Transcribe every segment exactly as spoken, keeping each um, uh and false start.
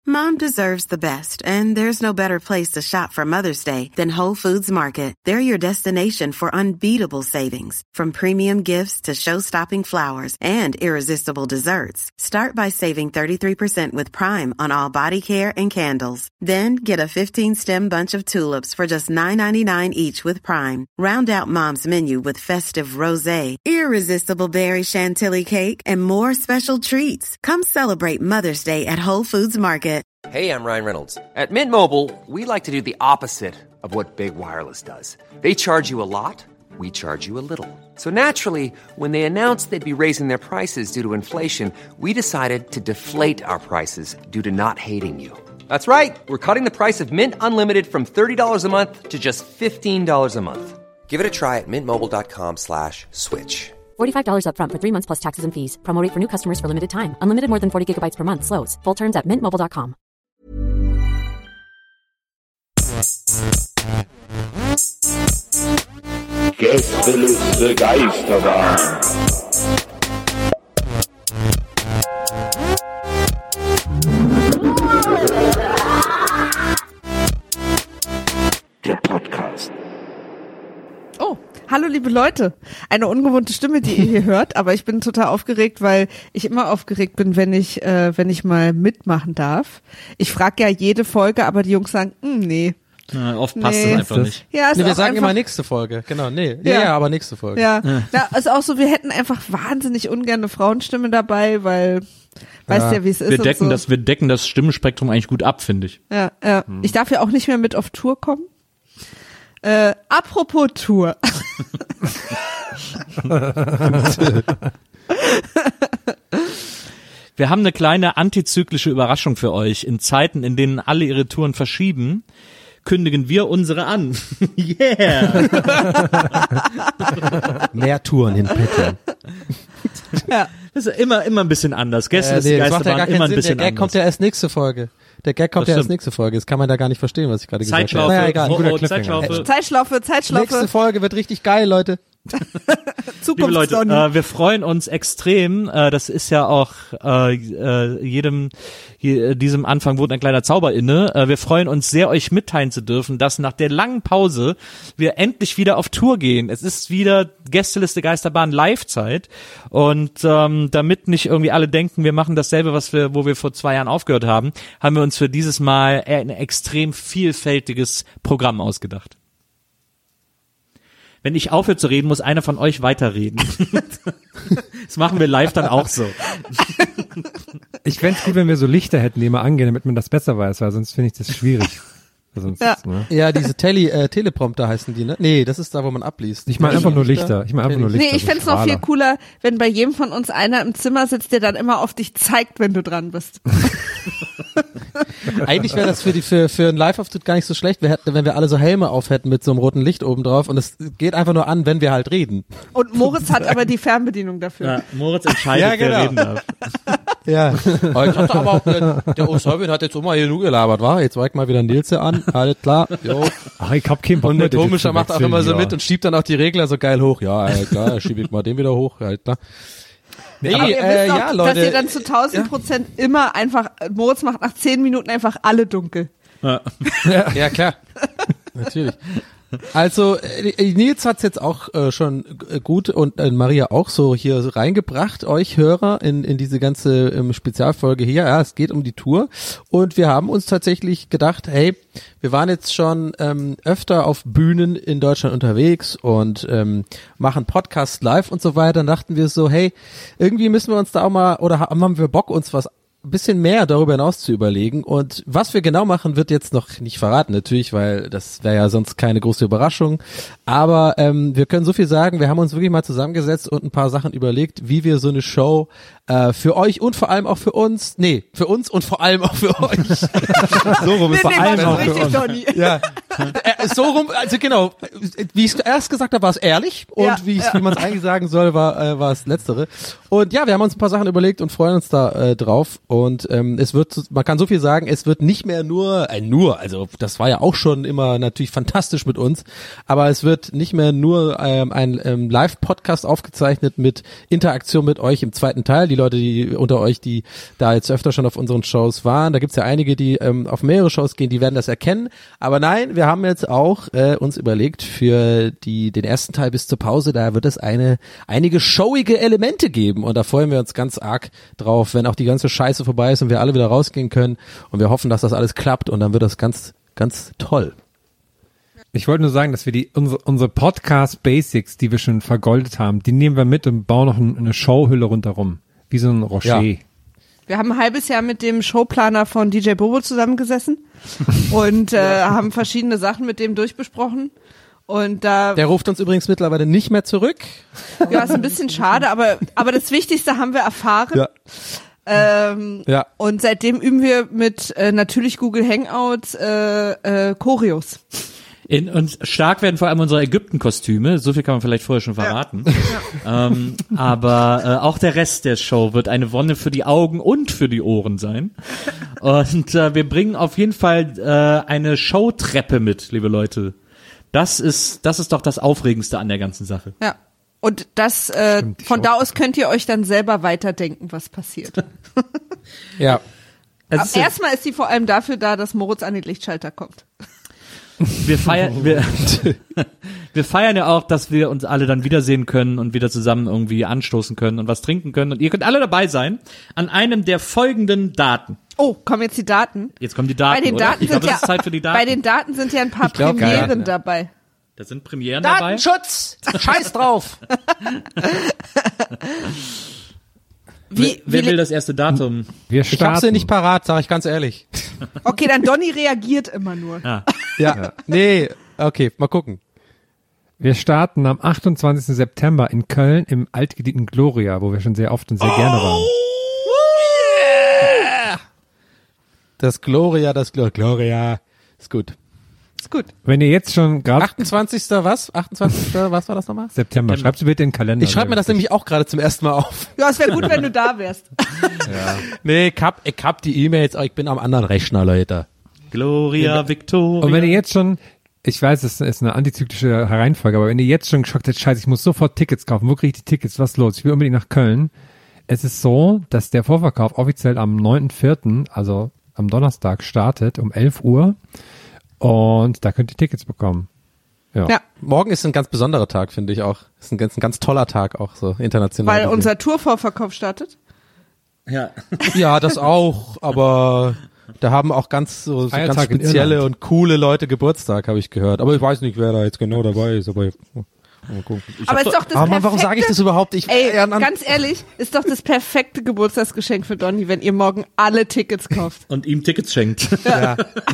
Mom deserves the best, and there's no better place to shop for Mother's Day than Whole Foods Market. They're your destination for unbeatable savings, from premium gifts to show-stopping flowers and irresistible desserts. Start by saving thirty-three percent with Prime on all body care and candles. Then get a fifteen-stem bunch of tulips for just nine ninety-nine each with Prime. Round out Mom's menu with festive rosé, irresistible berry chantilly cake, and more special treats. Come celebrate Mother's Day at Whole Foods Market. Hey, I'm Ryan Reynolds. At Mint Mobile, we like to do the opposite of what Big Wireless does. They charge you a lot, we charge you a little. So naturally, when they announced they'd be raising their prices due to inflation, we decided to deflate our prices due to not hating you. That's right. We're cutting the price of Mint Unlimited from thirty dollars a month to just fifteen dollars a month. Give it a try at mintmobile.com slash switch. forty-five dollars up front for three months plus taxes and fees. Promo rate for new customers for limited time. Unlimited more than forty gigabytes per month. Slows full terms at mint mobile dot com. Gästeliste Geisterbahn. Der Podcast. Oh, hallo liebe Leute. Eine ungewohnte Stimme, die ihr hier hört, aber ich bin total aufgeregt, weil ich immer aufgeregt bin, wenn ich äh, wenn ich mal mitmachen darf. Ich frage ja jede Folge, aber die Jungs sagen, nee. Ja, oft passt nee. es einfach nicht. Ja, nee, wir sagen einfach, immer nächste Folge. Genau, nee. Ja, ja, ja aber nächste Folge. Ja, ja. ja, ist auch so, wir hätten einfach wahnsinnig ungern eine Frauenstimme dabei, weil weißt ja, ja wie es ist. Wir decken und so. das, wir decken das Stimmenspektrum eigentlich gut ab, finde ich. Ja, ja. Hm. Ich darf ja auch nicht mehr mit auf Tour kommen. Äh, apropos Tour. Wir haben eine kleine antizyklische Überraschung für euch. In Zeiten, in denen alle ihre Touren verschieben, kündigen wir unsere an. Yeah! Mehr Touren in petto. Ja. Das ist immer, immer ein bisschen anders. Gestern äh, ist nee, die das macht ja gar Geisterbahn immer ein Sinn. bisschen Der Gag anders. kommt ja erst nächste Folge. Der Gag kommt Das ja erst stimmt. nächste Folge. Das kann man da gar nicht verstehen, was ich gerade gesagt habe. Zeitschlaufe, Naja, egal. oh, oh, Zeitschlaufe. Zeitschlaufe, Zeitschlaufe. Nächste Folge wird richtig geil, Leute. Liebe Leute, äh, wir freuen uns extrem. Äh, das ist ja auch äh, äh, jedem je, diesem Anfang wohnt ein kleiner Zauber inne. Äh, wir freuen uns sehr, euch mitteilen zu dürfen, dass nach der langen Pause wir endlich wieder auf Tour gehen. Es ist wieder Gästeliste Geisterbahn Live-Zeit und ähm, damit nicht irgendwie alle denken, wir machen dasselbe, was wir, wo wir vor zwei Jahren aufgehört haben, haben wir uns für dieses Mal ein extrem vielfältiges Programm ausgedacht. Wenn ich aufhöre zu reden, muss einer von euch weiterreden. Das machen wir live dann auch so. Ich fänd's gut, wenn wir so Lichter hätten, die immer angehen, damit man das besser weiß, weil sonst finde ich das schwierig. Sonst, ja. Ne? Ja, diese Tele, äh, Teleprompter heißen die, ne? Nee, das ist da, wo man abliest. Ich meine einfach nur Lichter. Ich meine einfach nur Lichter. Nee, ich fänd's noch viel cooler, wenn bei jedem von uns einer im Zimmer sitzt, der dann immer auf dich zeigt, wenn du dran bist. Eigentlich wäre das für die für für einen Live-Auftritt gar nicht so schlecht, wir hätten, wenn wir alle so Helme auf hätten mit so einem roten Licht oben drauf und es geht einfach nur an, wenn wir halt reden. Und Moritz hat aber die Fernbedienung dafür. Ja, Moritz entscheidet, Ja, genau. wer reden darf. Ja. Aber ich hatte aber auch, der, der O'Sullivan hat jetzt auch mal hier nur gelabert, wa? Jetzt zeigt mal wieder Nilse an, alles klar, jo. Ach, ich hab keinen Bock Und mehr, der Tomischer zu macht auch wechseln, immer so ja. mit und schiebt dann auch die Regler so geil hoch. Ja, ja klar, dann schiebe ich mal den wieder hoch, halt klar. Nee, aber ihr äh, wisst doch, ja, Leute. dass ihr dann zu tausend Prozent immer einfach, Moritz macht nach zehn Minuten einfach alle dunkel. Ja, ja klar. Natürlich. Also äh, Nils hat's jetzt auch äh, schon äh, gut und äh, Maria auch so hier so reingebracht, euch Hörer in in diese ganze ähm, Spezialfolge hier. Ja, es geht um die Tour und wir haben uns tatsächlich gedacht, hey, wir waren jetzt schon ähm, öfter auf Bühnen in Deutschland unterwegs und ähm, machen Podcasts live und so weiter. Dann dachten wir so, hey, irgendwie müssen wir uns da auch mal oder haben wir Bock, uns was ein bisschen mehr darüber hinaus zu überlegen und was wir genau machen, wird jetzt noch nicht verraten natürlich, weil das wäre ja sonst keine große Überraschung, aber ähm, wir können so viel sagen, wir haben uns wirklich mal zusammengesetzt und ein paar Sachen überlegt, wie wir so eine Show äh, für euch und vor allem auch für uns, nee, für uns und vor allem auch für euch so rum, Nee, vor nee, allem das auch ist für richtig, uns. Donny. ja, äh, so rum, also genau, wie ich es erst gesagt habe, war es ehrlich und Ja, wie, ja. wie man es eigentlich sagen soll, war äh, war es Letztere. Und ja, wir haben uns ein paar Sachen überlegt und freuen uns da äh, drauf und ähm, es wird, man kann so viel sagen, es wird nicht mehr nur, äh, nur, also das war ja auch schon immer natürlich fantastisch mit uns, aber es wird nicht mehr nur ähm, ein ähm, Live-Podcast aufgezeichnet mit Interaktion mit euch im zweiten Teil. Die Leute, die unter euch, die da jetzt öfter schon auf unseren Shows waren, da gibt's ja einige, die ähm, auf mehrere Shows gehen, die werden das erkennen. Aber nein, wir haben jetzt auch äh, uns überlegt, für die den ersten Teil bis zur Pause, da wird es eine einige showige Elemente geben und da freuen wir uns ganz arg drauf, wenn auch die ganze Scheiße vorbei ist und wir alle wieder rausgehen können und wir hoffen, dass das alles klappt und dann wird das ganz, ganz toll. Ich wollte nur sagen, dass wir die unsere, unsere Podcast Basics, die wir schon vergoldet haben, die nehmen wir mit und bauen noch ein, eine Showhülle rundherum, wie so ein Rocher. Ja. Wir haben ein halbes Jahr mit dem Showplaner von D J Bobo zusammengesessen und äh, haben verschiedene Sachen mit dem durchbesprochen. Und da Der ruft uns übrigens mittlerweile nicht mehr zurück. ja, ist ein bisschen schade, aber aber das Wichtigste haben wir erfahren. Ja. Ähm, Ja. Und seitdem üben wir mit äh, natürlich Google Hangouts äh, äh, Choreos. In, und stark werden vor allem unsere Ägypten-Kostüme, so viel kann man vielleicht vorher schon verraten. Ja. Ähm, aber äh, auch der Rest der Show wird eine Wonne für die Augen und für die Ohren sein. Und äh, wir bringen auf jeden Fall äh, eine Showtreppe mit, liebe Leute. Das ist, das ist doch das Aufregendste an der ganzen Sache. Ja. Und das äh, Stimmt, die von da Show- aus könnt ihr euch dann selber weiterdenken, was passiert. Ja. Es Aber ist ja- erstmal ist sie vor allem dafür da, dass Moritz an den Lichtschalter kommt. Wir feiern, wir, wir feiern ja auch, dass wir uns alle dann wiedersehen können und wieder zusammen irgendwie anstoßen können und was trinken können. Und ihr könnt alle dabei sein an einem der folgenden Daten. Oh, kommen jetzt die Daten? Jetzt kommen die Daten, Bei den oder? Daten Ich glaube, sind es ja ist Zeit für die Daten. bei den Daten sind ja ein paar Ich glaub, Premieren geil, ja. dabei. Da sind Premieren dabei. Datenschutz! Scheiß drauf! Wie, Wer wie will das erste Datum? Wir Ich starten. hab sie nicht parat, sag ich ganz ehrlich. Okay, dann Donny reagiert immer nur. Ah, Ja. Nee, okay, mal gucken. Wir starten am achtundzwanzigsten September in Köln im altgedienten Gloria, wo wir schon sehr oft und sehr gerne waren. Das Gloria, das Glo- Gloria. Ist gut. Ist gut. Wenn ihr jetzt schon gerade achtundzwanzigster was? achtundzwanzigster was war das nochmal? September, schreibst du bitte in den Kalender. Ich schreibe mir das nämlich auch gerade zum ersten Mal auf. Ja, es wäre gut, wenn du da wärst. Nee, ich hab, ich hab die E-Mails, aber ich bin am anderen Rechner, Leute. Gloria Victoria. Und wenn ihr jetzt schon, ich weiß, es ist eine antizyklische Reihenfolge, aber wenn ihr jetzt schon geschockt seid, scheiße, ich muss sofort Tickets kaufen, wo kriege ich die Tickets, was ist los? Ich will unbedingt nach Köln. Es ist so, dass der Vorverkauf offiziell am neunten vierten, also am Donnerstag, startet um elf Uhr und da könnt ihr Tickets bekommen. Ja. Ja, Morgen ist ein ganz besonderer Tag, finde ich auch. Ist ein ganz, ein ganz toller Tag auch, so international. weil gesehen. unser Tourvorverkauf startet. ja. Ja, das auch, aber da haben auch ganz so, so ganz Feiertag in spezielle Irland. und coole Leute Geburtstag, habe ich gehört. Aber ich weiß nicht, wer da jetzt genau dabei ist, aber mal gucken. Aber ist doch das Aber Mann, warum perfekte- sage ich das überhaupt? Ich, Ey, ja, Mann. ganz ehrlich, ist doch das perfekte Geburtstagsgeschenk für Donny, wenn ihr morgen alle Tickets kauft. Und ihm Tickets schenkt. ja.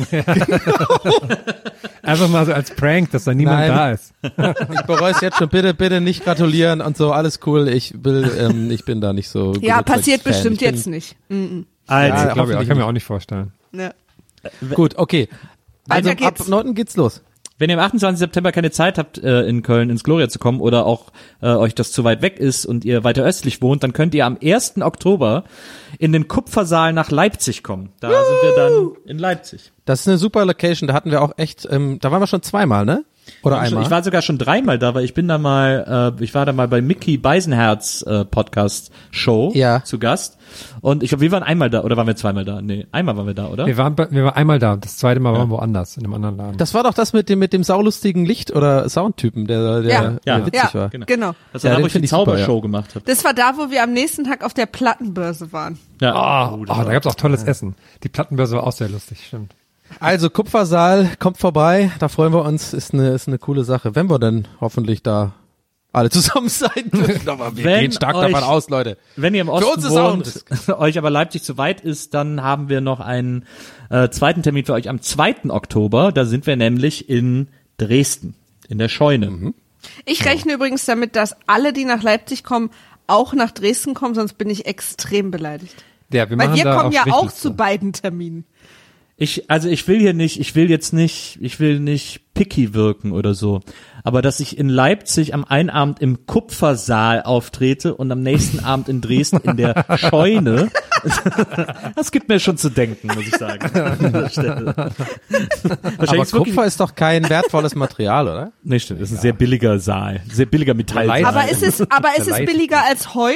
Einfach mal so als Prank, dass da niemand Nein. da ist. Ich bereue es jetzt schon. Bitte, bitte nicht gratulieren und so. Alles cool. Ich will, ähm, ich bin da nicht so. Ja, passiert Geburtstagsfan. bestimmt Ich bin, jetzt nicht. Mhm. Also, Ja, Ich glaube, ich hoffentlich kann mir nicht. auch nicht vorstellen. Ja. Gut, okay. Also Weiter geht's. ab neunten geht's los. wenn ihr am achtundzwanzigsten September keine Zeit habt, äh, in Köln ins Gloria zu kommen oder auch äh, euch das zu weit weg ist und ihr weiter östlich wohnt, dann könnt ihr am ersten Oktober in den Kupfersaal nach Leipzig kommen. Da sind wir dann in Leipzig. Das ist eine super Location. Da hatten wir auch echt, ähm, da waren wir schon zweimal, ne? Oder einmal? Ich war sogar schon dreimal da, weil ich bin da mal, äh, ich war da mal bei Mickey Beisenherz äh, Podcast Show Ja. zu Gast und ich glaube, wir waren einmal da oder waren wir zweimal da? Nee, einmal waren wir da, oder? Wir waren, bei- wir waren einmal da, das zweite Mal waren wir woanders, in einem anderen Laden. Das war doch das mit dem mit dem saulustigen Licht oder Soundtypen, der der, Ja. der Ja. witzig Ja. war. Genau. Genau. Das war Ja, da, den wo ich die find ich super, Zaubershow ja. gemacht habe. Das war da, wo wir am nächsten Tag auf der Plattenbörse waren. Ja. Oh, da gab's auch tolles Essen. Die Plattenbörse war auch sehr lustig, stimmt. Also Kupfersaal kommt vorbei, da freuen wir uns, ist eine ist eine coole Sache. Wenn wir denn hoffentlich da alle zusammen sein dürfen. Aber wir Wenn gehen stark euch- davon aus, Leute. Wenn ihr im Für Osten uns ist auch ein wohnt, euch aber Leipzig zu weit ist, dann haben wir noch einen äh, zweiten Termin für euch am zweiten Oktober. Da sind wir nämlich in Dresden, in der Scheune. Mhm. Ich rechne übrigens damit, dass alle, die nach Leipzig kommen, auch nach Dresden kommen, sonst bin ich extrem beleidigt. Ja, wir Weil machen wir da kommen ja auch Strichliste. zu beiden Terminen. Ich, also ich will hier nicht, ich will jetzt nicht, ich will nicht picky wirken oder so. Aber dass ich in Leipzig am einen Abend im Kupfersaal auftrete und am nächsten Abend in Dresden in der Scheune, das gibt mir schon zu denken, muss ich sagen. An der Stelle. Aber Kupfer ist doch kein wertvolles Material, oder? Nee, stimmt. Das ist ein sehr billiger Saal. Sehr billiger Metallsaal. Aber ist es, aber ist es billiger als Heu?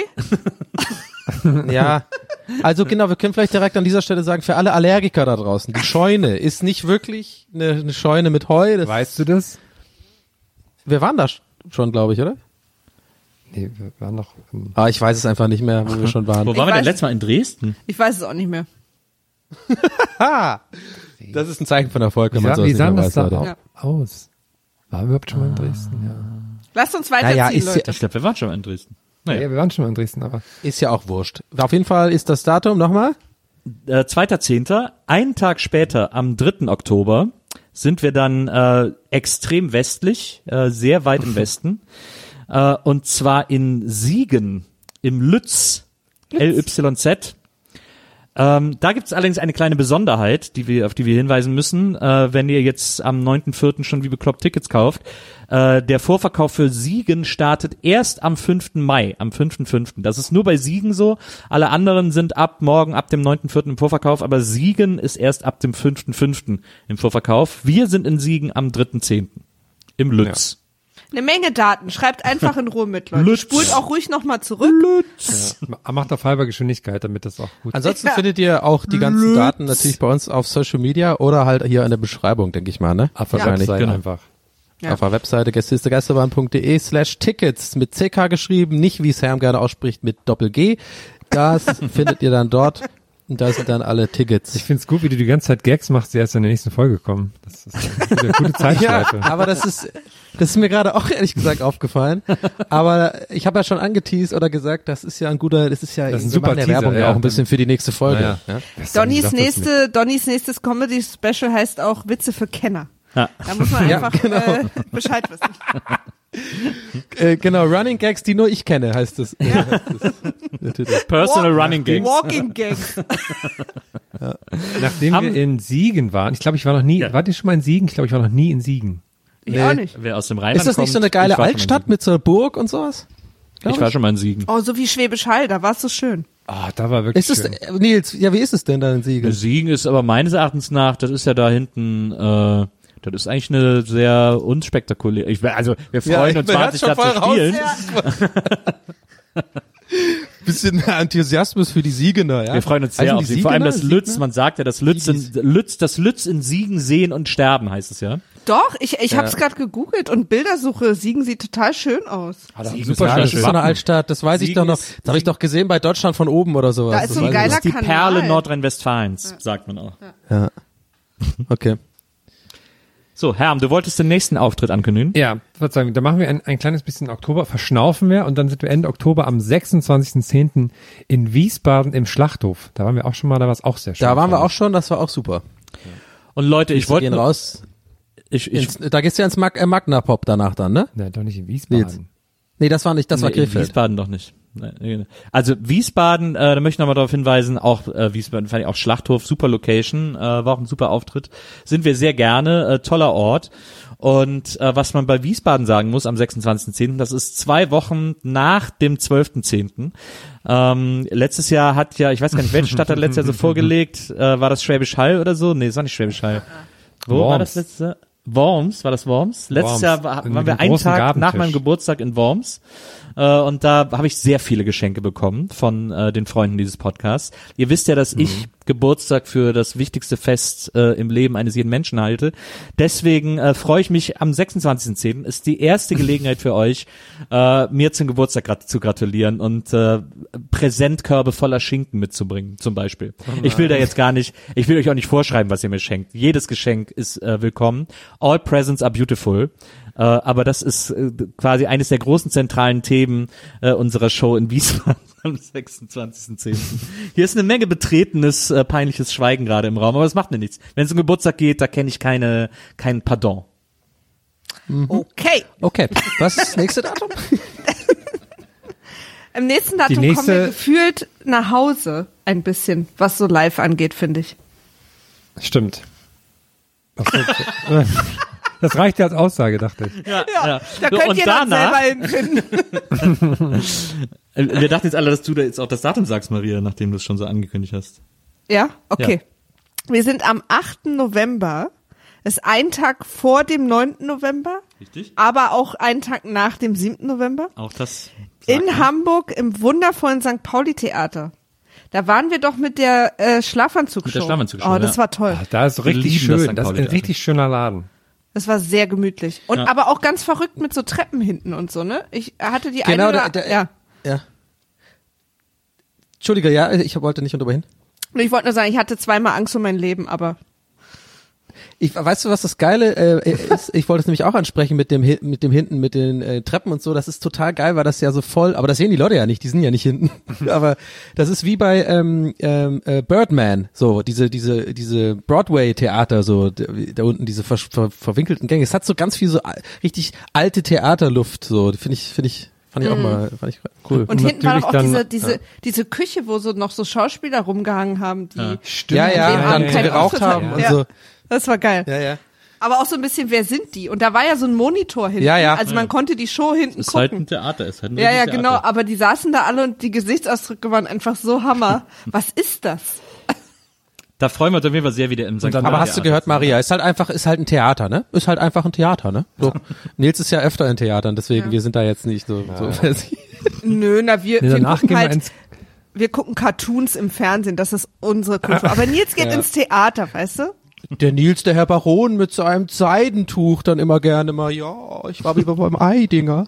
Ja, also genau, wir können vielleicht direkt an dieser Stelle sagen, für alle Allergiker da draußen, die Scheune ist nicht wirklich eine, eine Scheune mit Heu. Das weißt du das? Wir waren da schon, glaube ich, oder? Nee, wir waren noch... Ähm ah, ich weiß es einfach nicht mehr, wo wir schon waren. Wo waren wir denn letztes Mal? In Dresden? Ich weiß es auch nicht mehr. Das ist ein Zeichen von Erfolg, wenn wie man sah, sowas wie nicht sah mehr das weiß, da Leute. aus? Waren wir überhaupt schon mal in Dresden? Ja. Lasst uns weiterziehen, Naja, ist Leute. Ich glaube, wir waren schon mal in Dresden. Naja. Ja, wir waren schon mal in Dresden, aber... Ist ja auch wurscht. Auf jeden Fall ist das Datum nochmal? Äh, zweiter Zehnter Einen Tag später, am dritten Oktober, sind wir dann äh, extrem westlich, äh, sehr weit im Westen. Äh, und zwar in Siegen, im Lütz, L Y Z. Ähm, da gibt's allerdings eine kleine Besonderheit, die wir, auf die wir hinweisen müssen, äh, wenn ihr jetzt am neunten vierten schon wie bekloppt Tickets kauft. Äh, der Vorverkauf für Siegen startet erst am fünften Mai, am fünften fünften Das ist nur bei Siegen so. Alle anderen sind ab morgen, ab dem neunten vierten im Vorverkauf, aber Siegen ist erst ab dem fünften fünften im Vorverkauf. Wir sind in Siegen am dritten zehnten im Lütz. Ja. Eine Menge Daten. Schreibt einfach in Ruhe mit, Leute. Lütz. Spult auch ruhig nochmal zurück. Lütz. Ja, macht auf halber Geschwindigkeit, damit das auch gut Ansonsten Ja. findet ihr auch die ganzen Daten natürlich bei uns auf Social Media oder halt hier in der Beschreibung, denke ich mal, ne? auf der Ja. Webseite Genau. einfach. Ja. Auf der Webseite gästelistegeisterbahn.de slash Tickets mit C K geschrieben, nicht wie Sam gerne ausspricht mit Doppel-G. Das findet ihr dann dort und da sind dann alle Tickets. Ich find's gut, wie du die ganze Zeit Gags machst, die erst in der nächsten Folge kommen. Das ist eine gute, gute Ja, Zeitschleife. aber das ist, das ist mir gerade auch ehrlich gesagt aufgefallen. Aber ich habe ja schon angeteased oder gesagt, das ist ja ein guter, das ist ja, Das ist ein wir super machen ja Teaser, Werbung ja ja. auch ein bisschen für die nächste Folge. Naja. Ja. Donnys Sag das nicht. nächste, Donnys nächstes Comedy-Special heißt auch Witze für Kenner. Ja. Da muss man Ja, einfach genau. äh, Bescheid wissen. Äh, genau, Running Gags, die nur ich kenne, heißt das. Ja. Personal Walk- Running Gags. Walking Gags. Nachdem Am- wir in Siegen waren, ich glaube, ich war noch nie, Ja. wart ihr schon mal in Siegen? Ich glaube, ich war noch nie in Siegen. Ich Nee. auch nicht. Wer aus dem Rheinland Ist das nicht kommt, so eine geile ich war schon mal in Altstadt mit so einer Burg und sowas? Siegen. Ich war schon mal in Siegen. Oh, so wie Schwäbisch Hall, da war es so schön. Ah, oh, da war wirklich Ist es, schön. äh, Nils, ja, wie ist es denn da in Siegen? Siegen ist aber meines Erachtens nach, das ist ja da hinten, äh, das ist eigentlich eine sehr unspektakulär. Ich, also wir freuen uns man hört wahnsinnig schon da zu voll raus. spielen. Bisschen Enthusiasmus für die Siegener, ja. Wir freuen uns Heißen sehr die auf sie. Vor allem das Siegener? Lütz, man sagt ja, das Lütz, in, Lütz, das Lütz in Siegen sehen und sterben, heißt es ja. Doch, ich, ich hab's gerade gegoogelt und Bildersuche. Siegen sieht total schön aus. Hat er Siegen super Ja, schön das ist so eine Altstadt, das weiß ich Siegen doch noch. ist- Das habe ich doch gesehen bei Deutschland von oben oder sowas. Da ist Das so ein weiß ich geiler Das ist die Kanal. Perle Nordrhein-Westfalens, sagt man auch. noch. Ja. Okay. So, Herm, du wolltest den nächsten Auftritt ankündigen? Ja, Verzeihung, da machen wir ein, ein kleines bisschen Oktober, verschnaufen wir und dann sind wir Ende Oktober am sechsundzwanzigsten zehnten in Wiesbaden im Schlachthof. Da waren wir auch schon mal, da war es auch sehr schön. Da waren wir fand auch schon, das war auch super. Und Leute, ich Wir wollte gehen noch- raus. ich, ich, Ins, da gehst du ja ins Mag äh, Magna Pop danach dann, ne? ich. Nee, doch nicht in Wiesbaden. Nils. Nee, das war nicht, das war Nee, in Krefeld. Wiesbaden doch nicht. Nee, nee. Also Wiesbaden, äh, da möchte ich nochmal darauf hinweisen, auch äh, Wiesbaden fand ich auch Schlachthof, super Location, äh, war auch ein super Auftritt. Sind wir sehr gerne, äh, toller Ort. Und äh, was man bei Wiesbaden sagen muss am sechsundzwanzigsten zehnten, das ist zwei Wochen nach dem zwölften zehnten Ähm, letztes Jahr hat ja, ich weiß gar nicht, welche Stadt hat letztes Jahr so vorgelegt, äh, war das Schwäbisch Hall oder so? Nee, es war nicht Schwäbisch Hall. Wo war das Worms. letzte? Worms, war das Worms? Letztes Worms. Jahr war, In waren dem wir einen großen Tag nach Gabentisch. meinem Geburtstag in Worms. Äh, und da habe ich sehr viele Geschenke bekommen von äh, den Freunden dieses Podcasts. Ihr wisst ja, dass Mhm. ich Geburtstag für das wichtigste Fest äh, im Leben eines jeden Menschen halte. Deswegen äh, freue ich mich am sechsundzwanzigsten zehnten Ist die erste Gelegenheit für euch, äh, mir zum Geburtstag grat- zu gratulieren und äh, Präsentkörbe voller Schinken mitzubringen, zum Beispiel. Ich will da jetzt gar nicht, ich will euch auch nicht vorschreiben, was ihr mir schenkt. Jedes Geschenk ist äh, willkommen. All presents are beautiful. Äh, aber das ist äh, quasi eines der großen zentralen Themen äh, unserer Show in Wiesbaden am sechsundzwanzigsten zehnten Hier ist eine Menge betretenes, äh, peinliches Schweigen gerade im Raum, aber das macht mir nichts. Wenn es um Geburtstag geht, da kenne ich keine, kein Pardon. Okay. Okay. Was ist das nächste Datum? Im nächsten Datum Die nächste- kommen wir gefühlt nach Hause ein bisschen, was so live angeht, finde ich. Stimmt. Ach so, das reicht ja als Aussage, dachte ich. Ja, Ja, ja. da könnt Und ihr danach, dann selber hinfinden. wir dachten jetzt alle, dass du da jetzt auch das Datum sagst, Maria, nachdem du es schon so angekündigt hast. Ja, okay. Wir sind am achten November. Das ist ein Tag vor dem neunten November. Richtig. Aber auch einen Tag nach dem siebten November. Auch das. In Hamburg im wundervollen Sankt Pauli Theater. Da waren wir doch mit der äh, Schlafanzugshow. Mit der Schlafanzugshow, Oh, das ja. war toll. Ach, da ist Wir richtig lieben das schön. Sankt Das ist Pauli ein richtig schöner Laden. Das war sehr gemütlich. Und Ja. aber auch ganz verrückt mit so Treppen hinten und so, ne? Ich hatte die Genau, eine da, oder, da, ja. ja. Entschuldige, ja, ich wollte nicht unterbrechen. Und ich wollte nur sagen, ich hatte zweimal Angst um mein Leben, aber Ich, weißt du, was das Geile äh, ist? Ich wollte es nämlich auch ansprechen mit dem Hi- mit dem hinten, mit den äh, Treppen und so. Das ist total geil, weil das ja so voll. Aber das sehen die Leute ja nicht. Die sind ja nicht hinten. Aber das ist wie bei ähm, ähm, äh, Birdman, so diese diese diese Broadway-Theater, so d- da unten diese ver ver verwinkelten Gänge. Es hat so ganz viel so a- richtig alte Theaterluft. So finde ich finde ich fand ich auch mal fand ich cool. und hinten war doch auch natürlich diese dann- diese diese Küche, wo so noch so Schauspieler rumgehangen haben, die Stimmt. ja an ja, dem und Abend dann keinen geraucht Auftritt haben hatten. und Ja. so. Das war geil. Ja ja. Aber auch so ein bisschen, wer sind die? Und da war ja so ein Monitor hinten. Ja, ja. Also man konnte die Show hinten Ist halt gucken. ein Theater, ist halt ein Ja, ja, richtiges genau. Theater. Aber die saßen da alle und die Gesichtsausdrücke waren einfach so Hammer. Was ist das? Da freuen wir uns auf jeden Fall sehr wieder im Sankt dann- Pauli Aber hast du Theater. gehört, Maria, ist halt einfach, ist halt ein Theater, ne? Ist halt einfach ein Theater, ne? So. Nils ist ja öfter in Theatern, deswegen, Ja. wir sind da jetzt nicht so, so Nö, na, wir, Nee, wir danach gucken gehen wir halt, ins wir gucken Cartoons im Fernsehen. Das ist unsere Kultur. Aber Nils geht Ja. ins Theater, weißt du? Der Nils, der Herr Baron mit seinem Seidentuch dann immer gerne mal, ja, ich war wieder beim Eidinger.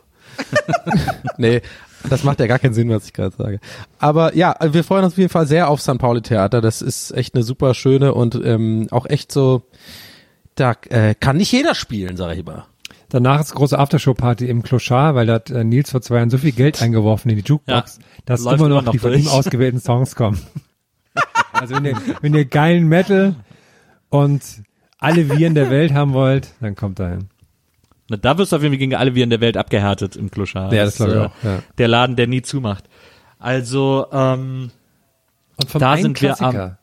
Nee, das macht ja gar keinen Sinn, was ich gerade sage. Aber ja, wir freuen uns auf jeden Fall sehr auf Sankt Pauli Theater. Das ist echt eine super schöne und ähm, auch echt so, da äh, kann nicht jeder spielen, sag ich mal. Danach ist große Aftershow-Party im Clochard, weil da hat äh, Nils vor zwei Jahren so viel Geld eingeworfen in die Jukebox, Ja, dass läuft immer noch, immer noch die von durch. ihm ausgewählten Songs kommen. Also wenn ihr, wenn ihr geilen Metal und alle Viren der Welt haben wollt, dann kommt da hin. Na, da wirst du auf jeden Fall gegen alle Viren der Welt abgehärtet im Clochard. Ja, das glaube ich ist, auch, ja. Der Laden, der nie zumacht. Also, ähm, Und vom Da einen sind wir Klassiker.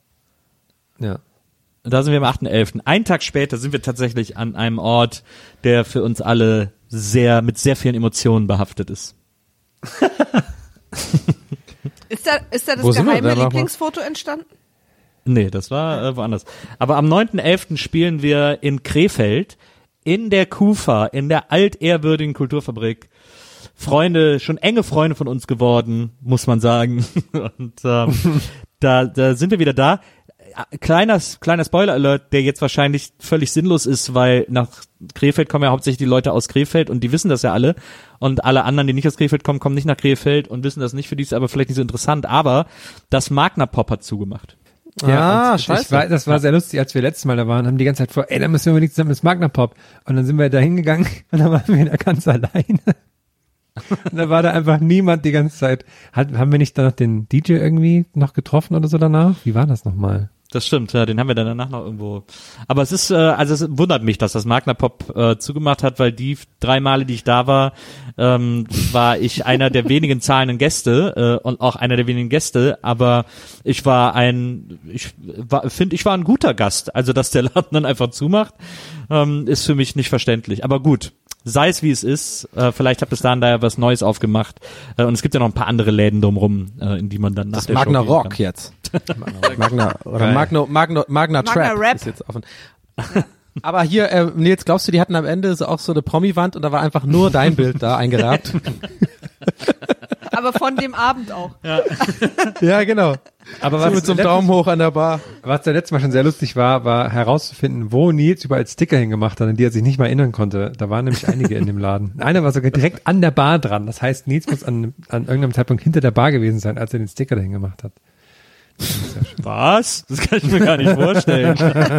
Ja. da sind wir am achten elften Einen Tag später sind wir tatsächlich an einem Ort, der für uns alle sehr, mit sehr vielen Emotionen behaftet ist. Ist da, ist da das Wo sind wir? geheime Da mach mal. Lieblingsfoto entstanden? Nee, das war äh, woanders. Aber am neunten elften spielen wir in Krefeld in der Kufa, in der altehrwürdigen Kulturfabrik. Freunde, schon enge Freunde von uns geworden, muss man sagen. Und ähm, da, da sind wir wieder da. Kleiner, kleiner Spoiler-Alert, der jetzt wahrscheinlich völlig sinnlos ist, weil nach Krefeld kommen ja hauptsächlich die Leute aus Krefeld und die wissen das ja alle. Und alle anderen, die nicht aus Krefeld kommen, kommen nicht nach Krefeld und wissen das nicht. Für die ist es aber vielleicht nicht so interessant. Aber das Magna Pop hat zugemacht. Ah, und scheiße. Ich war, das war sehr lustig, als wir letztes Mal da waren, haben die ganze Zeit vor, ey, da müssen wir unbedingt zusammen ins Magna Pop. Und dann sind wir da hingegangen und dann waren wir da ganz alleine. Und da war da einfach niemand die ganze Zeit. Hat, haben wir nicht da noch den D J irgendwie noch getroffen oder so danach? Wie war das nochmal? Das stimmt, ja, den haben wir dann danach noch irgendwo. Aber es ist, äh, also es wundert mich, dass das Magna Pop äh, zugemacht hat, weil die drei Male, die ich da war, ähm, war ich einer der wenigen zahlenden Gäste äh, und auch einer der wenigen Gäste. Aber ich war ein, ich war, finde, ich war ein guter Gast. Also dass der Laden dann einfach zumacht, ähm, ist für mich nicht verständlich. Aber gut. Sei es wie es ist, äh, vielleicht hat bis dahin da ja was Neues aufgemacht äh, und es gibt ja noch ein paar andere Läden drumrum, äh, in die man dann nach Das der Magna Show gehen Rock kann. jetzt. Magna oder Geil. Magno, Magno, Magna, Magna Trap Rap. ist jetzt offen. Aber hier, äh, Nils, glaubst du, die hatten am Ende so auch so eine Promi-Wand und da war einfach nur dein Bild da eingerahmt? Aber von dem Abend auch. Ja, genau. Aber So mit so einem letztes- Daumen hoch an der Bar. Was da letztes Mal schon sehr lustig war, war herauszufinden, wo Nils überall Sticker hingemacht hat, an die er sich nicht mal erinnern konnte. Da waren nämlich einige in dem Laden. Einer war sogar direkt an der Bar dran. Das heißt, Nils muss an, an irgendeinem Zeitpunkt hinter der Bar gewesen sein, als er den Sticker dahin gemacht hat. Was? Das kann ich mir gar nicht vorstellen.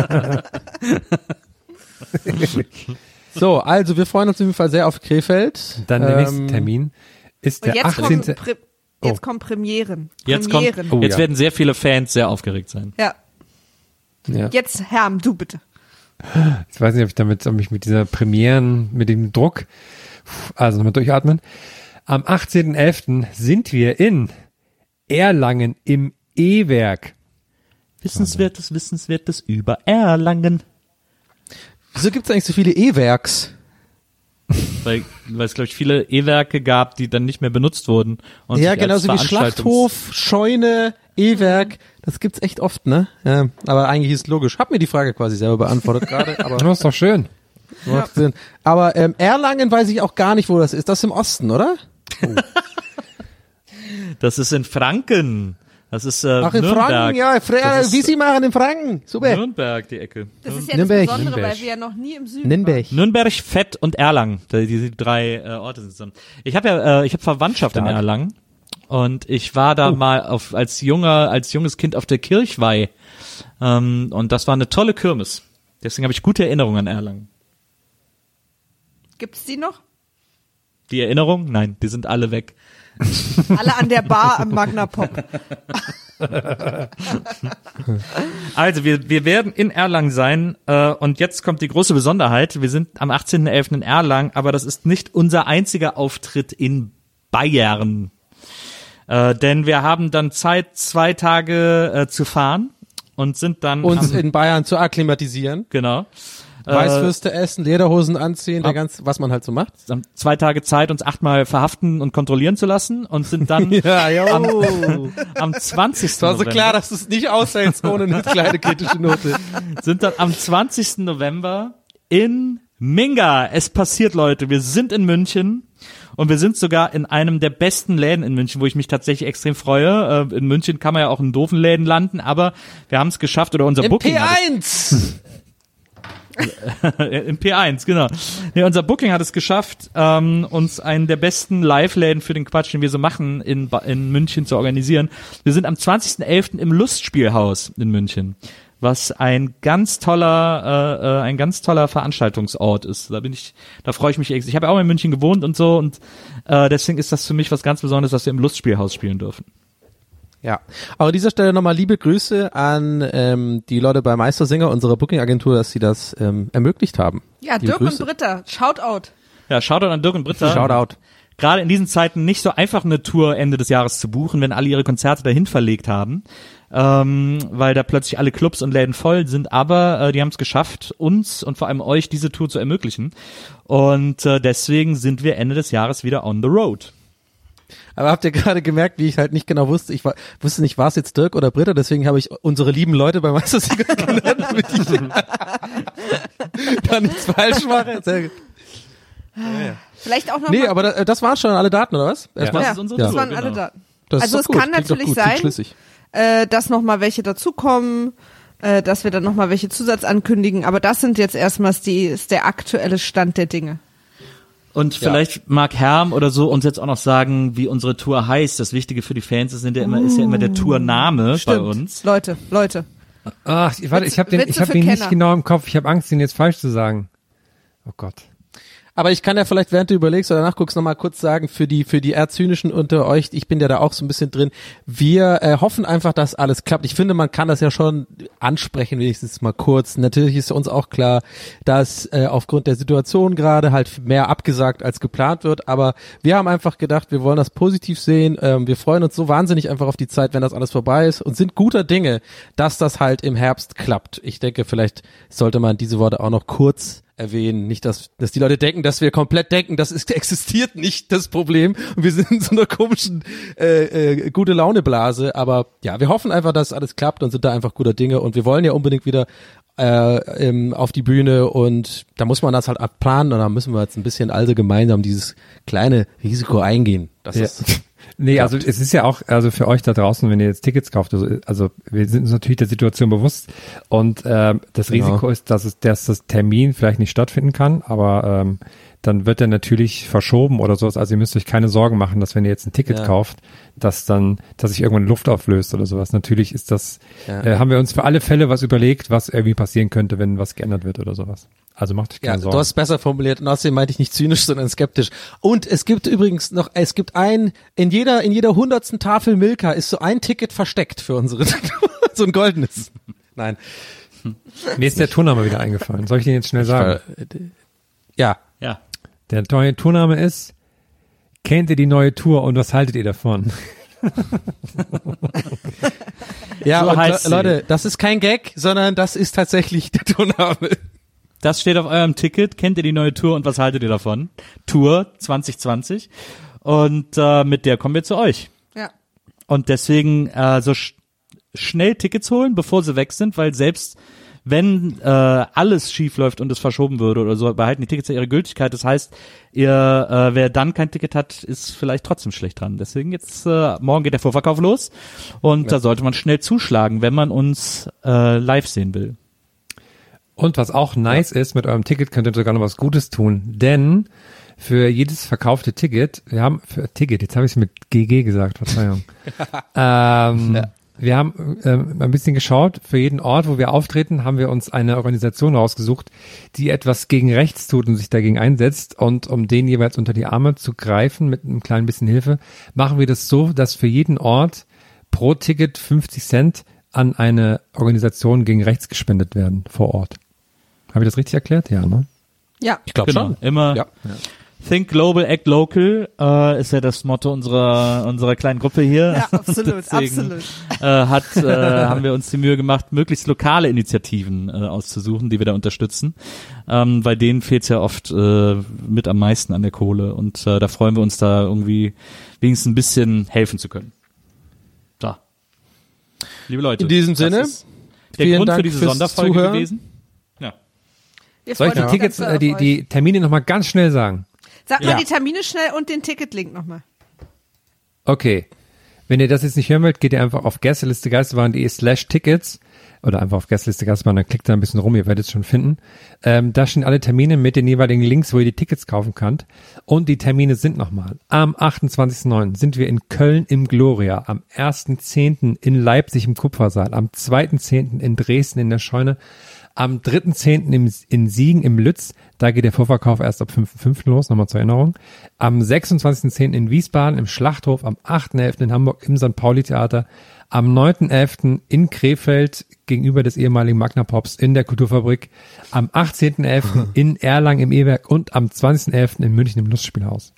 So, also wir freuen uns auf jeden Fall sehr auf Krefeld. Dann der Ähm, nächste Termin ist Und der jetzt kommen, achtzehnte Pri jetzt kommen Premieren. Jetzt kommt, Premieren. Oh, jetzt ja. werden sehr viele Fans sehr aufgeregt sein. Ja. Ja. Jetzt, Herm, du bitte. Ich weiß nicht, ob ich damit, ob ich mit dieser Premieren, mit dem Druck, also nochmal durchatmen. Am achtzehnten elften sind wir in Erlangen im E-Werk. Wissenswertes, Wissenswertes über Erlangen. Wieso gibt's eigentlich so viele E-Werks? Weil, weil es, glaube ich, viele E-Werke gab, die dann nicht mehr benutzt wurden. Und ja, sich genauso wie als Schlachthof, Scheune, E-Werk. Das gibt's echt oft, ne? Ja, aber eigentlich ist es logisch. Hab mir die Frage quasi selber beantwortet gerade. Aber das ist doch schön. Macht Sinn. Aber ähm, Erlangen weiß ich auch gar nicht, wo das ist. Das ist im Osten, oder? Oh. Das ist in Franken. Das ist äh, Ach, in Nürnberg. Franken, ja. Fre ist, wie Sie machen in Franken. Super. Nürnberg, die Ecke. Das ist ja Nürnberg. das Besondere, Nürnberg. weil wir ja noch nie im Süden Nürnberg. waren. Nürnberg, Fett und Erlangen. Die, die drei äh, Orte sind zusammen. Ich habe ja, äh, ich habe Verwandtschaft Stark. in Erlangen und ich war da oh. mal auf als junger, als junges Kind auf der Kirchweih ähm, und das war eine tolle Kirmes. Deswegen habe ich gute Erinnerungen an Erlangen. Gibt's die noch? Die Erinnerung? Nein, die sind alle weg. Alle an der Bar am Magna Pop. Also wir wir werden in Erlangen sein äh, und jetzt kommt die große Besonderheit. Wir sind am achtzehnten elften in Erlangen, aber das ist nicht unser einziger Auftritt in Bayern. Äh, denn wir haben dann Zeit, zwei Tage äh, zu fahren und sind dann uns am, in Bayern zu akklimatisieren. Genau. Weißwürste essen, Lederhosen anziehen, der ganz, was man halt so macht. Haben zwei Tage Zeit, uns achtmal verhaften und kontrollieren zu lassen und sind dann ja, am, am zwanzigsten Es war so klar, dass du es nicht aushältst ohne eine kleine kritische Note. Sind dann am zwanzigsten November in Minga. Es passiert, Leute. Wir sind in München und wir sind sogar in einem der besten Läden in München, wo ich mich tatsächlich extrem freue. In München kann man ja auch in doofen Läden landen, aber wir haben es geschafft oder unser Im Booking P eins! Im P eins, genau. Nee, unser Booking hat es geschafft, ähm, uns einen der besten Live-Läden für den Quatsch, den wir so machen, in, in München zu organisieren. Wir sind am zwanzigsten elften im Lustspielhaus in München, was ein ganz toller, äh, ein ganz toller Veranstaltungsort ist. Da bin ich, da freue ich mich. Ich habe ja auch in München gewohnt und so und äh, deswegen ist das für mich was ganz Besonderes, dass wir im Lustspielhaus spielen dürfen. Ja, auch an dieser Stelle nochmal liebe Grüße an ähm, die Leute bei Meistersinger, unserer Booking-Agentur, dass sie das ähm, ermöglicht haben. Ja, liebe Dirk Grüße. und Britta, Shoutout. Ja, Shoutout an Dirk und Britta. Shoutout. Gerade in diesen Zeiten nicht so einfach eine Tour Ende des Jahres zu buchen, wenn alle ihre Konzerte dahin verlegt haben, ähm, weil da plötzlich alle Clubs und Läden voll sind, aber äh, die haben es geschafft, uns und vor allem euch diese Tour zu ermöglichen und äh, deswegen sind wir Ende des Jahres wieder on the road. Aber habt ihr gerade gemerkt, wie ich halt nicht genau wusste, ich war, wusste nicht, war es jetzt Dirk oder Britta, deswegen habe ich unsere lieben Leute bei Meistersinger genannt, damit ich da nichts falsch mache. Sehr gut. Ja, ja. Vielleicht auch noch Nee, mal aber das, das waren schon alle Daten, oder was? Erstmal. Das ja, ist unsere das Tour, waren genau. alle Daten. Das Also ist es doch gut. kann Klingt doch natürlich gut, klingt sein, schlüssig. äh, dass noch mal welche dazukommen, äh, dass wir dann noch mal welche Zusatz ankündigen, aber das sind jetzt erstmals die, ist der aktuelle Stand der Dinge. Und vielleicht mag Herm oder so uns jetzt auch noch sagen, wie unsere Tour heißt. Das Wichtige für die Fans ist, sind ja immer, ist ja immer der Tourname Stimmt. bei uns. Leute, Leute. Ach, warte, ich habe den, Witze ich habe für den Kenner. nicht genau im Kopf. Ich habe Angst, den jetzt falsch zu sagen. Oh Gott. Aber ich kann ja vielleicht, während du überlegst oder nachguckst, nochmal kurz sagen, für die für die Erzynischen unter euch, ich bin ja da auch so ein bisschen drin, wir äh, hoffen einfach, dass alles klappt. Ich finde, man kann das ja schon ansprechen, wenigstens mal kurz. Natürlich ist uns auch klar, dass äh, aufgrund der Situation gerade halt mehr abgesagt als geplant wird, aber wir haben einfach gedacht, wir wollen das positiv sehen. Ähm, wir freuen uns so wahnsinnig einfach auf die Zeit, wenn das alles vorbei ist und sind guter Dinge, dass das halt im Herbst klappt. Ich denke, vielleicht sollte man diese Worte auch noch kurz erwähnen, nicht, dass, dass die Leute denken, dass wir komplett denken, das ist, existiert nicht, das Problem, und wir sind in so einer komischen äh, äh, gute Laune Blase, aber ja, wir hoffen einfach, dass alles klappt und sind da einfach guter Dinge und wir wollen ja unbedingt wieder äh, ähm, auf die Bühne und da muss man das halt abplanen und da müssen wir jetzt ein bisschen also gemeinsam dieses kleine Risiko eingehen. Das Ja. ist Nee, klappt. also es ist ja auch, also für euch da draußen, wenn ihr jetzt Tickets kauft, also, also wir sind uns natürlich der Situation bewusst und ähm, das Genau. Risiko ist, dass es, dass das Termin vielleicht nicht stattfinden kann, aber ähm, dann wird er natürlich verschoben oder sowas. Also ihr müsst euch keine Sorgen machen, dass wenn ihr jetzt ein Ticket Ja. kauft, dass dann, dass sich irgendwann Luft auflöst oder sowas. Natürlich ist das, Ja. äh, haben wir uns für alle Fälle was überlegt, was irgendwie passieren könnte, wenn was geändert wird oder sowas. Also macht euch keine Ja, Sorgen. du hast es besser formuliert und außerdem meinte ich nicht zynisch, sondern skeptisch. Und es gibt übrigens noch, es gibt ein, in jeder, in jeder hundertsten Tafel Milka ist so ein Ticket versteckt für unsere, so ein goldenes. Nein. Mir ist der Tourname wieder eingefallen. Soll ich den jetzt schnell sagen? Ja. Ja. Der neue Tourname ist, kennt ihr die neue Tour und was haltet ihr davon? Ja, so und heißt Le- Leute, das ist kein Gag, sondern das ist tatsächlich der Tourname. Das steht auf eurem Ticket. Kennt ihr die neue Tour und was haltet ihr davon? Tour zwanzig zwanzig. Und äh, mit der kommen wir zu euch. Ja. Und deswegen äh, so sch- schnell Tickets holen, bevor sie weg sind, weil selbst wenn äh, alles schief läuft und es verschoben würde oder so, behalten die Tickets ja ihre Gültigkeit. Das heißt, ihr, äh, wer dann kein Ticket hat, ist vielleicht trotzdem schlecht dran. Deswegen jetzt, äh, morgen geht der Vorverkauf los und ja. da sollte man schnell zuschlagen, wenn man uns äh, live sehen will. Und was auch nice ja. ist, mit eurem Ticket könnt ihr sogar noch was Gutes tun, denn für jedes verkaufte Ticket, wir haben, für Ticket, jetzt habe ich es mit G G gesagt, Verzeihung, ähm, ja. wir haben ähm, ein bisschen geschaut, für jeden Ort, wo wir auftreten, haben wir uns eine Organisation rausgesucht, die etwas gegen rechts tut und sich dagegen einsetzt, und um den jeweils unter die Arme zu greifen mit einem kleinen bisschen Hilfe, machen wir das so, dass für jeden Ort pro Ticket fünfzig Cent an eine Organisation gegen rechts gespendet werden vor Ort. Habe ich das richtig erklärt? Ja, ne? Ja. Ich glaube genau. schon. Immer ja. Think Global, Act Local äh, ist ja das Motto unserer unserer kleinen Gruppe hier. Ja, absolut, Deswegen, absolut. Äh, hat, äh, haben wir uns die Mühe gemacht, möglichst lokale Initiativen äh, auszusuchen, die wir da unterstützen. Ähm, bei denen fehlt es ja oft äh, mit am meisten an der Kohle, und äh, da freuen wir uns, da irgendwie wenigstens ein bisschen helfen zu können. So. Liebe Leute. In diesem Sinne, der vielen Grund Dank für diese fürs Sonderfolge Zuhören. gewesen. Ja. Wir Soll ich die freuen uns Tickets, ganz äh, die, auf die Termine nochmal ganz schnell sagen? Sag mal Ja. die Termine schnell und den Ticketlink nochmal. Okay. Wenn ihr das jetzt nicht hören wollt, geht ihr einfach auf gästelistegeisterbahn.de slash Tickets oder einfach auf Gästelistegeisterbahn, dann klickt da ein bisschen rum, ihr werdet es schon finden. Ähm, da stehen alle Termine mit den jeweiligen Links, wo ihr die Tickets kaufen könnt. Und die Termine sind nochmal: am achtundzwanzigsten neunten sind wir in Köln im Gloria, am ersten zehnten in Leipzig im Kupfersaal, am zweiten zehnten in Dresden in der Scheune, am dritten zehnten im, in Siegen im Lütz, da geht der Vorverkauf erst ab fünften fünften los, nochmal zur Erinnerung. Am sechsundzwanzigsten zehnten in Wiesbaden im Schlachthof, am achten elften in Hamburg im Sankt Pauli Theater, am neunten elften in Krefeld gegenüber des ehemaligen Magna Pops in der Kulturfabrik, am achtzehnten elften in Erlangen im E-Werk und am zwanzigsten elften in München im Lustspielhaus.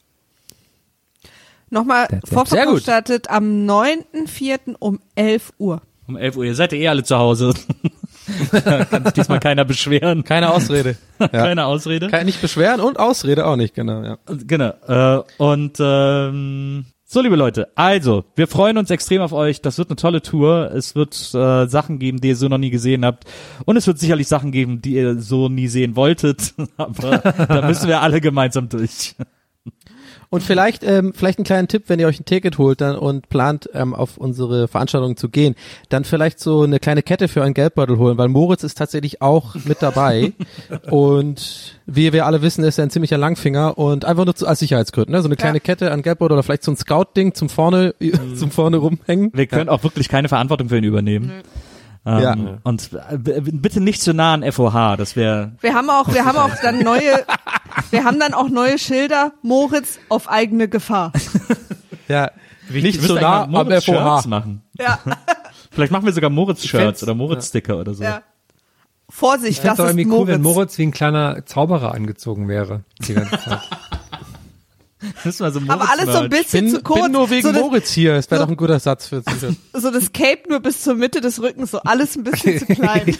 Nochmal, Sehr Vorverkauf gut. startet am neunten vierten um elf Uhr. Um elf Uhr. Ihr seid ja eh alle zu Hause. Kann sich diesmal keiner beschweren. Keine Ausrede. Ja. Keine Ausrede. Kann nicht beschweren und Ausrede auch nicht, genau. Ja. Genau. Äh, und ähm, so, liebe Leute, also, wir freuen uns extrem auf euch. Das wird eine tolle Tour. Es wird äh, Sachen geben, die ihr so noch nie gesehen habt. Und es wird sicherlich Sachen geben, die ihr so nie sehen wolltet. Aber da müssen wir alle gemeinsam durch. Und vielleicht, ähm, vielleicht einen kleinen Tipp, wenn ihr euch ein Ticket holt dann und plant, ähm, auf unsere Veranstaltung zu gehen, dann vielleicht so eine kleine Kette für einen Geldbeutel holen, weil Moritz ist tatsächlich auch mit dabei. Und wie wir alle wissen, ist er ein ziemlicher Langfinger, und einfach nur zu, als Sicherheitsgründen, ne? So eine kleine ja. Kette an Geldbeutel oder vielleicht so ein Scout-Ding zum vorne, mhm. zum vorne rumhängen. Wir können ja. auch wirklich keine Verantwortung für ihn übernehmen. Nö. Ähm, ja. Und b- bitte nicht zu nah an F O H, das wäre. Wir haben auch, wir haben auch dann neue, wir haben dann auch neue Schilder, Moritz auf eigene Gefahr. Ja, Wichtig, nicht so nah am F O H. Machen. Ja. Vielleicht machen wir sogar Moritz-Shirts oder Moritz-Sticker oder so. Ja. Vorsicht, Ich fände das es aber ist irgendwie cool, Moritz. wenn Moritz wie ein kleiner Zauberer angezogen wäre die ganze Zeit. Müssen wir so Aber alles so ein bisschen Bin, zu kurz. bin nur wegen so das, Moritz hier, das wäre so- doch ein guter Satz für T-Shirt. so das Cape nur bis zur Mitte des Rückens, so alles ein bisschen zu klein.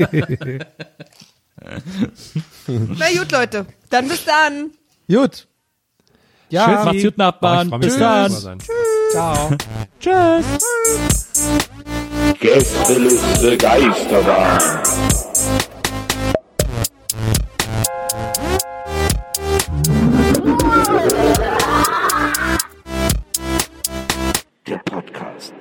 Na gut, Leute, dann bis dann. Gut. Ja, Tschüss, macht's gut, Nachbarn. Oh, ich freu mich Bis sehr, dann. dass ihr da seid. ciao. Tschüss. Gästeliste Geisterbahn. Der Podcast.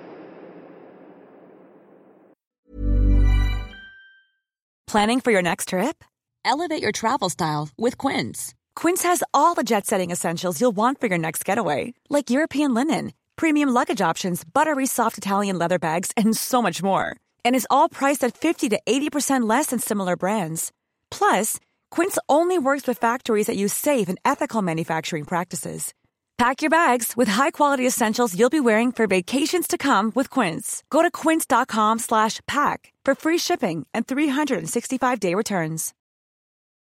Planning for your next trip? Elevate your travel style with Quince. Quince has all the jet-setting essentials you'll want for your next getaway, like European linen, premium luggage options, buttery soft Italian leather bags, and so much more. And is all priced at fifty to eighty percent less than similar brands. Plus, Quince only works with factories that use safe and ethical manufacturing practices. Pack your bags with high-quality essentials you'll be wearing for vacations to come with Quince. Go to quince.com slash pack for free shipping and three sixty-five day returns.